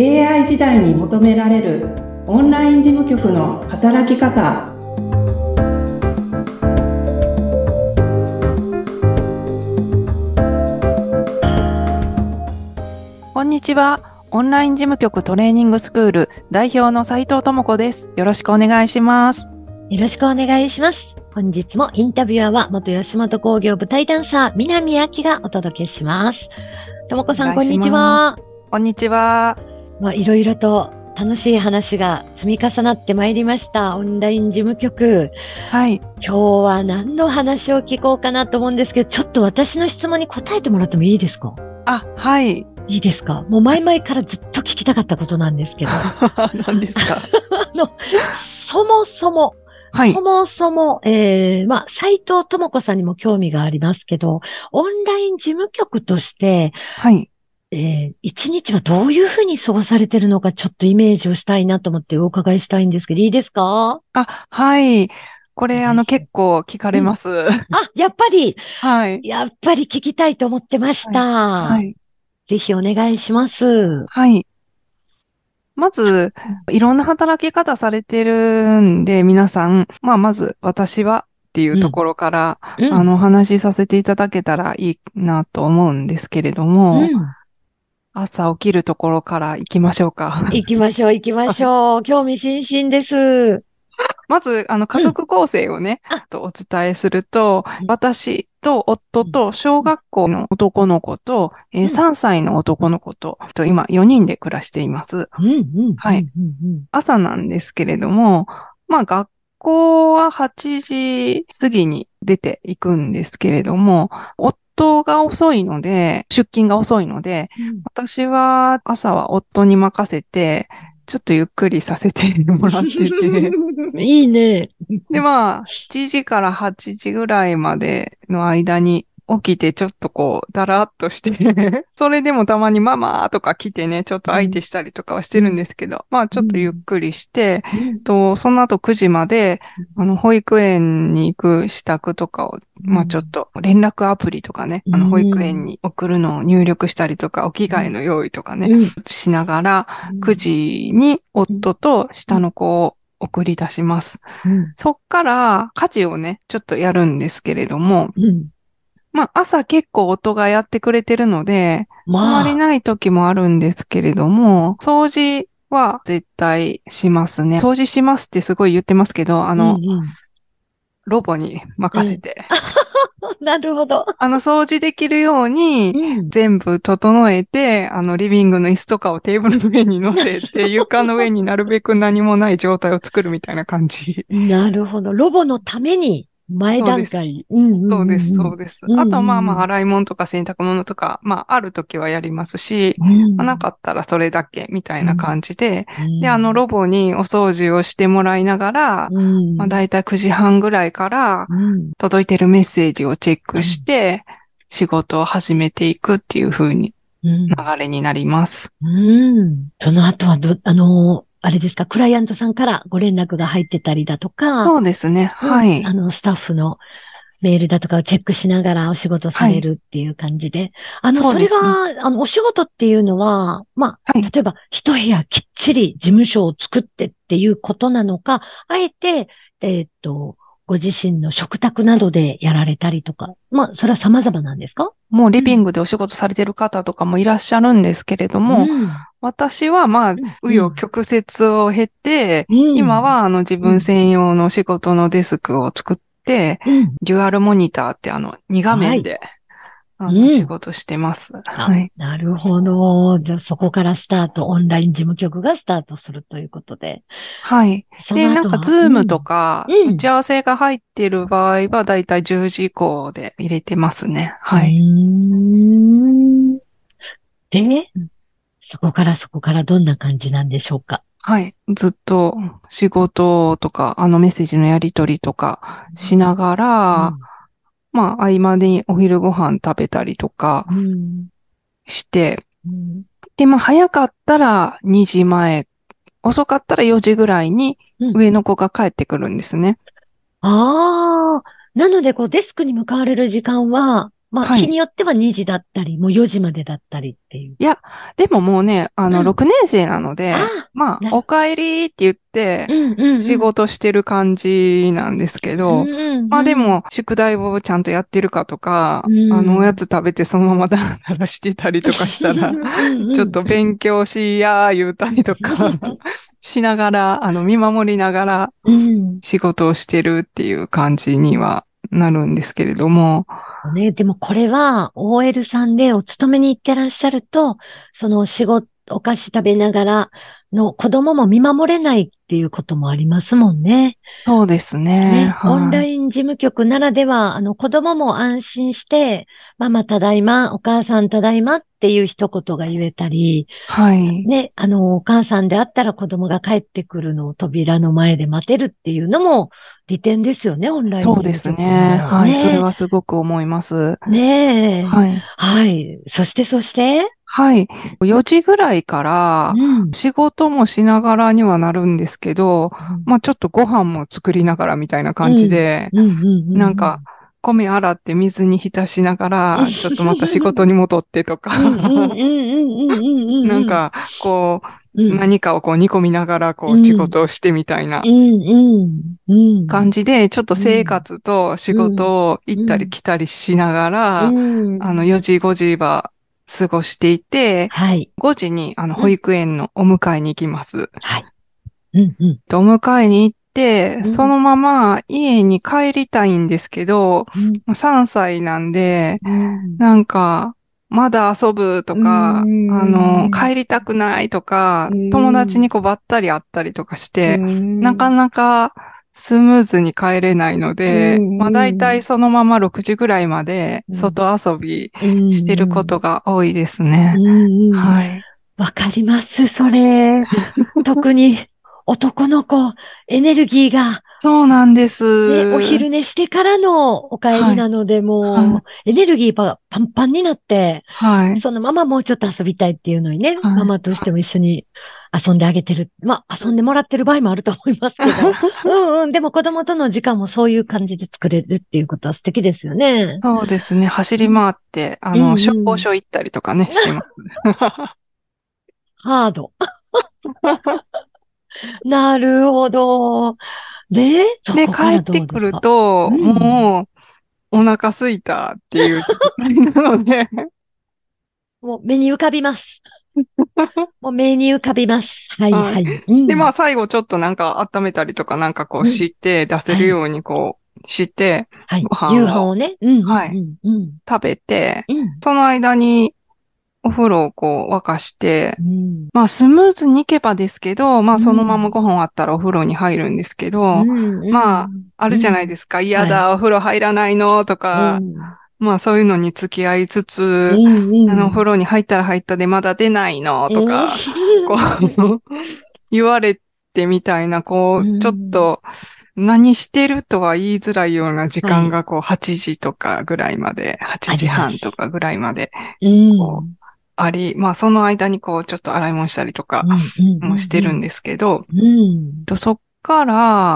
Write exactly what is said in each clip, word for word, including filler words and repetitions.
エーアイ 時代に求められるオンライン事務局の働き方。 こんにちは。オンライン事務局トレーニングスクール代表の斉藤智子です。よろしくお願いします。 よろしくお願いします。本日もインタビュアーは元吉本興業舞台ダンサー南明がお届けします。智子さん、こんにちは。 こんにちは。 まあ、いろいろと楽しい話が積み重なってまいりました。オンライン事務局。 はい。 今日は何の話を聞こうかなと思うんですけど、ちょっと私の質問に答えてもらってもいいですか？ あ、はい。 いいですか？もう前々からずっと聞きたかったことなんですけど。 何ですか？ あの、そもそも、はい、そもそも、えー、まあ、斉藤智子さんにも興味がありますけど、オンライン事務局として、 はい。 えー、一日はどういうふうに過ごされてるのか、ちょっとイメージをしたいなと思ってお伺いしたいんですけど、いいですか？ あ、はい。これ、あの、結構聞かれます。うん、 あ、やっぱり、 はい。 やっぱり聞きたいと思ってました。はい。はい、ぜひお願いします。 はい。まず、いろんな働き方されてるんで、皆さん、まあ、まず、私はっていうところから、うん、あの、お話しさせていただけたらいいなと思うんですけれども、うん、朝起きるところから行きましょうか。 行きましょう、行きましょう。興味津々です。 まず、あの、家族構成をね、うん、とお伝えすると、私と夫と小学校の男の子と、うん、えー、さんさいの男の子と、と今よにんで暮らしています。はい。朝なんですけれども、まあ学校ははちじ過ぎに出ていくんですけれども、夫が遅いので、出勤が遅いので、うん、私は朝は夫に任せて、ちょっとゆっくりさせてもらってて。 いいね。 で、まあ、しちじからはちじぐらいまでの間に起きてちょっとこう、だらっとしてそれでもたまにママとか来てね、ちょっと相手したりとかはしてるんですけど、うん、まあちょっとゆっくりして、うん、とその後くじまで、あの、保育園に行く支度とかを、まあちょっと連絡アプリとかね、あの、保育園に送るのを入力したりとか、お着替えの用意とかね、うん、しながら、くじに夫と下の子を送り出します。うん、そっから家事をね、ちょっとやるんですけれども、うん、まあ朝結構夫がやってくれてるので、まあ、あまりない時もあるんですけれども、掃除は絶対しますね。掃除しますってすごい言ってますけど、あの、うんうん、ロボに任せて。 うん、なるほど。 あの、掃除できるように、全部整えて、うん、あの、リビングの椅子とかをテーブルの上に乗せて、床の上になるべく何もない状態を作るみたいな感じ。 なるほど。ロボのために、前段階。 そうです、そうです。あと、まあまあ、洗い物とか洗濯物とか、まあ、ある時はやりますし、うんまあ、なかったらそれだけみたいな感じで、うん、で、あの、ロボにお掃除をしてもらいながら、うん、まあ、だいたいくじはんぐらいから、届いてるメッセージをチェックして、仕事を始めていくっていう風に、流れになります。 うん。うん、その後はど、あの、あれですか、クライアントさんからご連絡が入ってたりだとか。 そうですね。はい。 うん、あの、スタッフのメールだとかをチェックしながらお仕事されるっていう感じで。はい、あの、それが、あの、お仕事っていうのは、まあ、はい、例えば一部屋きっちり事務所を作ってっていうことなのか、あえて、えー、っと、ご自身の食卓などでやられたりとか、まあ、それは様々なんですか？ もうリビングでお仕事されてる方とかもいらっしゃるんですけれども、うん、私はまあ、紆余曲折を経て、うん、今はあの自分専用の仕事のデスクを作って、うん、デュアルモニターってあのに画面で、はい、あの仕事してます。はい。 なるほど。じゃあそこからスタート、オンライン事務局がスタートするということで。 はい。で、なんかズームとか、打ち合わせが入っている場合はだいたいじゅうじ以降で入れてますね。はい。 でね、そこからそこからどんな感じなんでしょうか？ はい。ずっと仕事とか、あのメッセージのやり取りとかしながら、うん、まあ、合間にお昼ご飯食べたりとかして、うん、で、まあ、早かったらにじまえ、遅かったらよじぐらいに上の子が帰ってくるんですね。 うん、ああ、なので、こう、デスクに向かわれる時間は、 まあ、 はい日によってはにじだったり、もうよじまでだったりっていう。 いや、でももうね、あの、 うんろくねん生なので、 ああ、 まあ、 なるお帰りって言ってう、んうん仕うん。 事してる感じなんですけうんど、 うんうん。 まあでも、宿題をちゃんとやってるかとか、 うあの、おやん。 つ食べてそのままダラダラしてたりとかしたら、 うんうん。 ちょっと勉強しやー言うたりとかしながら、あの、見守りながらうん。 仕事をしてるっていう感じにはなるんですけれども、 ね、でもこれは オーエル さんでお勤めに行ってらっしゃると、その仕事、お菓子食べながらの子供も見守れないっていうこともありますもんね。 そうですね。 ね、オンラはい。 イン事務局ならでは、あの子供も安心して、ママただいま、お母さんただいまっていう一言が言えたり、 はい。 ね、あの、お母さんであったら子供が帰ってくるのを扉の前で待てるっていうのも利点ですよね、オンラインそうです事務局ね。 の。 はい。それね、 はすごく思います。 ねえ。 はい。 はい。そして、そして、 はい。よじぐらいからうん。 仕事もしながらにはなるんですけど、 うん。 まあちょっとご飯も作りながらみたいな感じうん。 で、 うん。うん。 なんか米洗って水に浸しながうん。 ら、ちょっとまた仕事に戻ってとうん。うん。うん。うん。 か、 うん。うん。うん。 なんかこう、 うん。 何かをこう煮込みながらこう仕うん。 事をしてみたいなうん。うん。 感じで、ちょっと生うん。 活と仕うん。 事を行ったりうん。 来たりしながうら、あの、 ん。 よじ、ごじは過ごしていて、 はい。 ごじに、あの、保うん。 育園のお迎えに行きます。 はい。うん。うん。 でお迎えに行って、 うん。 そのまま家に帰りたいんですけど、 うん。 まあさんさいなんで、 うん。 なんか、まだ遊ぶとうか、あの、帰ん。 りたくないとか、 う友達にん。 こうばったり会ったりとかしうて、なかん。 なかスムーズに帰れないのうで、まあ大体ん。 そのままろくじぐらいまでうん。 外遊びうん。 してるうん。 ことが多いですうね。 ん。うん。 はい。 わかります、それ。特に男の子、エネルギーが、 そうなんでね、おす。 昼寝してからのお帰りはい。 なので、 はい。 もう、エネルギーがパンパンになって、 はい。 そのままもうちょっと遊びたいっていうのにね、マはい。 マとしても一緒に遊んであげてる。まあ、遊んでもらってる場合もあると思いますけど。うんうん。でも子供との時間もそういう感じで作れるっていうことは素敵ですよね。 そうですね。走うんり回って、あうの、消んうん。 防署行ったりとかね、してます。 ハード。なるほど。で、そで、 こから帰ってくるどうですか？うと、 ん。 もう、お腹すいたっていう状態なので、 もう目に浮かびます。もう目に浮かびます。はいはい。 はい。うで、まん。 あ、最後ちょっとなんか温めたりとかなんかこううん。 して出せはい。 るようにこうして、 はい。 ご夕飯を、 飯をね。うんはい、 うんうんうん。 食べて、 うん。 その間にお風呂をこう沸かして、 うん。 まあ、スムーズにいけばですけど、まあ、 うそのままん。 ご飯あったらお風呂に入るんですけど、 うん。 まあ、 うん。 あるじゃないうん。 ですか。嫌はい。 だ、お風呂入らないのとうか、 ん。 まあ、そういうのに付き合いつつ、 うん。うあの、お風ん。 呂に入ったら入ったでまだ出ないのうん。 とか、こう言われてみたいな、こうう、ちょっん。 と、何してるとは言いづらいような時はい。 間が、こう、はちじとかぐらいまで、8 ありま時半とす。 かぐらいまで、 うこう、 ん。 あり、まあ、その間にこう、ちょっと洗い物したりとかうん。うん。 もしてるんですけど、 うん。うん。 とそっから、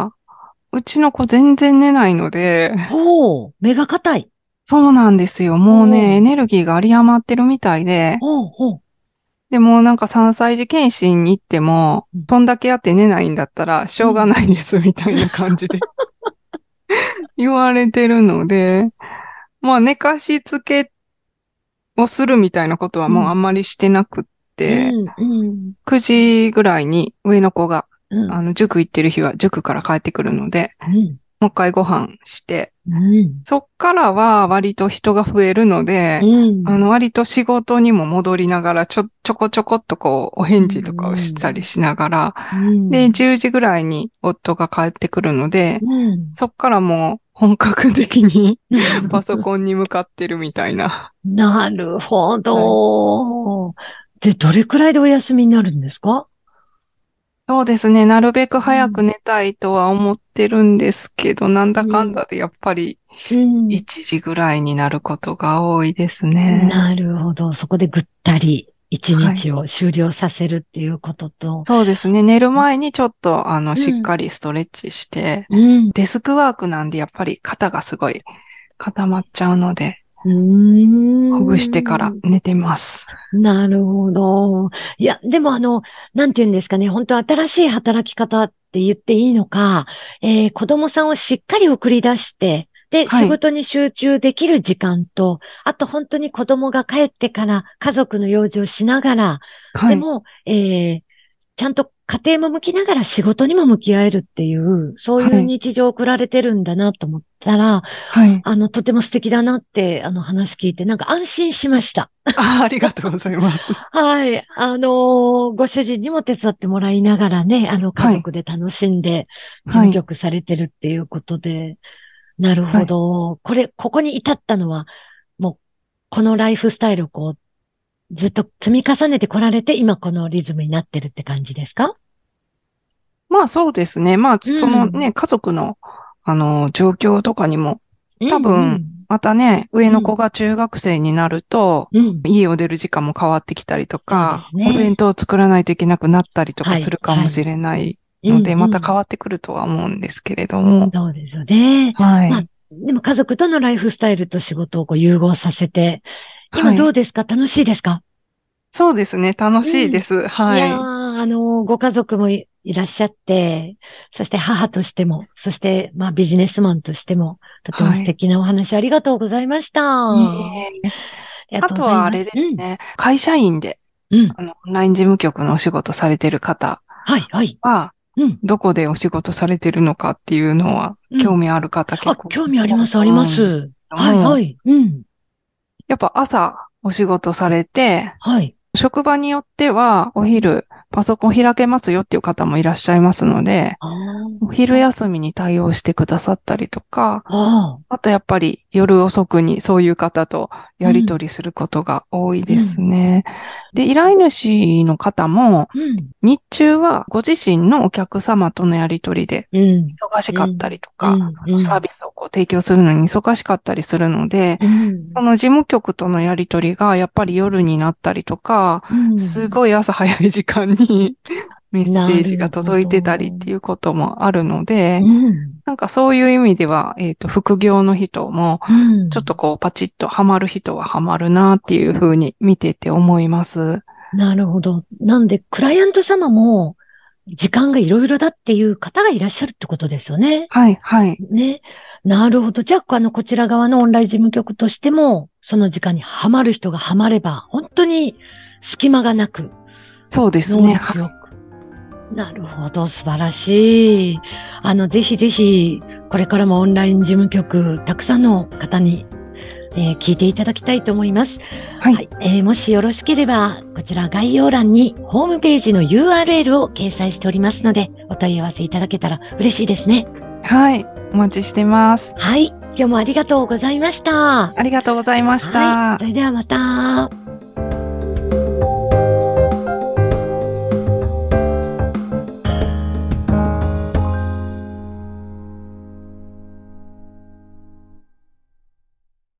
うちの子全然寝ないので、 ほう。目が硬い。 そうなんですよ。もうね、エほう。 ネルギーが有り余ってるみたいで、 ほう。ほう。 でもなんかさんさい児検診に行っても、 うん。 そんだけやって寝ないんだったら、しょうがうん。 ないですみたいな感じで言われてるので、まあ寝かしつけをするみたいなことはうん。 もうあんまりしてなくって、 うん。うん。 くじぐらいに上の子が、 うん。 あの、塾行ってる日は塾から帰ってくるので、 うん。 もう一回ご飯して、 うん。 そっからは割と人が増えるのうで、あん。 の、割と仕事にも戻りながら、ちょ、ちょこちょこっとこう、おう返事とかをしたりん。 しながら、 うで、 ん。 じゅうじぐらいに夫が帰ってくるので、 うん。 そっからもう本格的にパソコンに向かってるみたいな。 なるほはい。 ど。で、どれくらいでお休みになるんですか？ そうですね。なるべくうん。 早く寝たいとは思ってるんですけど、なんだかんうん。 だでやっぱりうん。 いちじぐらいになることが多いですね。 なるほど。そこでぐったり一はい。 日を終了させるっていうことと、 そうですね。寝る前にちょっと、あの、 うん。 しっかりストレッチして、 うん。 デスクワークなんでやっぱり肩がすごい固まっちゃうので、 うーん。 ほぐしてから寝てます。 なるほど。いや、でもあの、なんて言うんですかね、本当新しい働き方って言っていいのか、えー子供さんをしっかり送り出して、で、 はい仕事に集中できる時間と、あと本当に子供が帰ってから家族の用事をしながら、 はい。 でも、えーちゃんと家庭も向きながら仕事にも向き合えるっていう、そういうはい。 日常を送られてるんだなと思ったら、 はい。 あの、とても素敵だなって、あの、話聞いて、なんか安心しました。 あ、ありがとうございます。 はい。あのーご主人にも手伝ってもらいながらね、あの、家はい。 族で楽しんで、事はい。 務局されてるっていうことで、なるほはい。 ど。これ、ここに至ったのは、もう、このライフスタイルをこう、ずっと積み重ねてこられて、今このリズムになってるって感じですか？ まあそうですね。まあ、 うそのん。 ね、家族の、あの、状況とかにも、 うん、う多分、 ん。 またね、上の子うん、 が中学生になると、 うん。 家を出る時間も変わってきたりとそうでか、お弁すね。 当を作らないといけなくなったりとかはい、 するかはい。 もしれないうん、 ので、また変うん。 わってくるとは思うんですけれども。 そうですよね。まあ、 はい。 でも家族とのライフスタイルと仕事をこう融合させて、今はい。 どうですか？楽しいですか？ そうですね。楽うん。 しいです。 いやー、 はい。 あの、ご家族もい、いらっしゃって、そして母としても、そしてまあビジネスマンとしても、とてもはい。 素敵なお話ありがとうございました。 いあえいえ。 りがとうごあとはあれざいます。うん。 ですね。会社員で、 うん。 あの、オンライン事務局のお仕事されてる方はい、はい。 は、 うん。 どこでお仕事されてるのかっていうのは、 うん。 興味ある方結あ、 構興味あります、 多いとありま思うんですす。 けどはい、はも、 い。うん。 やっぱ朝お仕事されて、 はい。 職場によってはお昼パソコン開けますよっていう方もいらっしゃいますので、 あお昼あ、 休みに対応してくださったりとか、 ああ、 あとやっぱり夜遅くにそういう方とやりうん、 取りすることが多いですうん、 ね。で、依頼主の方もうん、 日中はご自身のお客様とのやり取りでうん、 忙しかったうん、 りとか、 うん、うサーん、 ビスをこう提供するのに忙しかったりするので、 うん、 その事務局とのやり取りがやっぱり夜になったりとか、 うん。 すごい朝早い時間にメッセージがなるほ届いてたりっど。 ていうこともあるので、 うん、 なんかそういう意味では、えっと、副業の人も、 うん。 ちょっとこうパチッとハマる人はハマるなっていうふうに見てて思います。 なるほど。なんで、クライアント様も時間がいろいろだっていう方がいらっしゃるってことですよね。 はい、はい。 ね。なるほど。じゃあ、あの、こちら側のオンライン事務局としても、その時間にハマる人がハマれば、本当に隙間がなく、 そうです能ね。はい。 率よく。なるほど。素晴らしい。あの、ぜひぜひ、これからもオンライン事務局、たくさんの方に、えー聞いていただきたいと思います。 はい。 はい。えーもしよろしければ、こちら概要欄にホームページの ユーアールエル を掲載しておりますので、お問い合わせいただけたら嬉しいですね。 はい。お待ちしてます。 はい。今日もありがとうございました。 ありがとうございましはい。 た。 それではまた。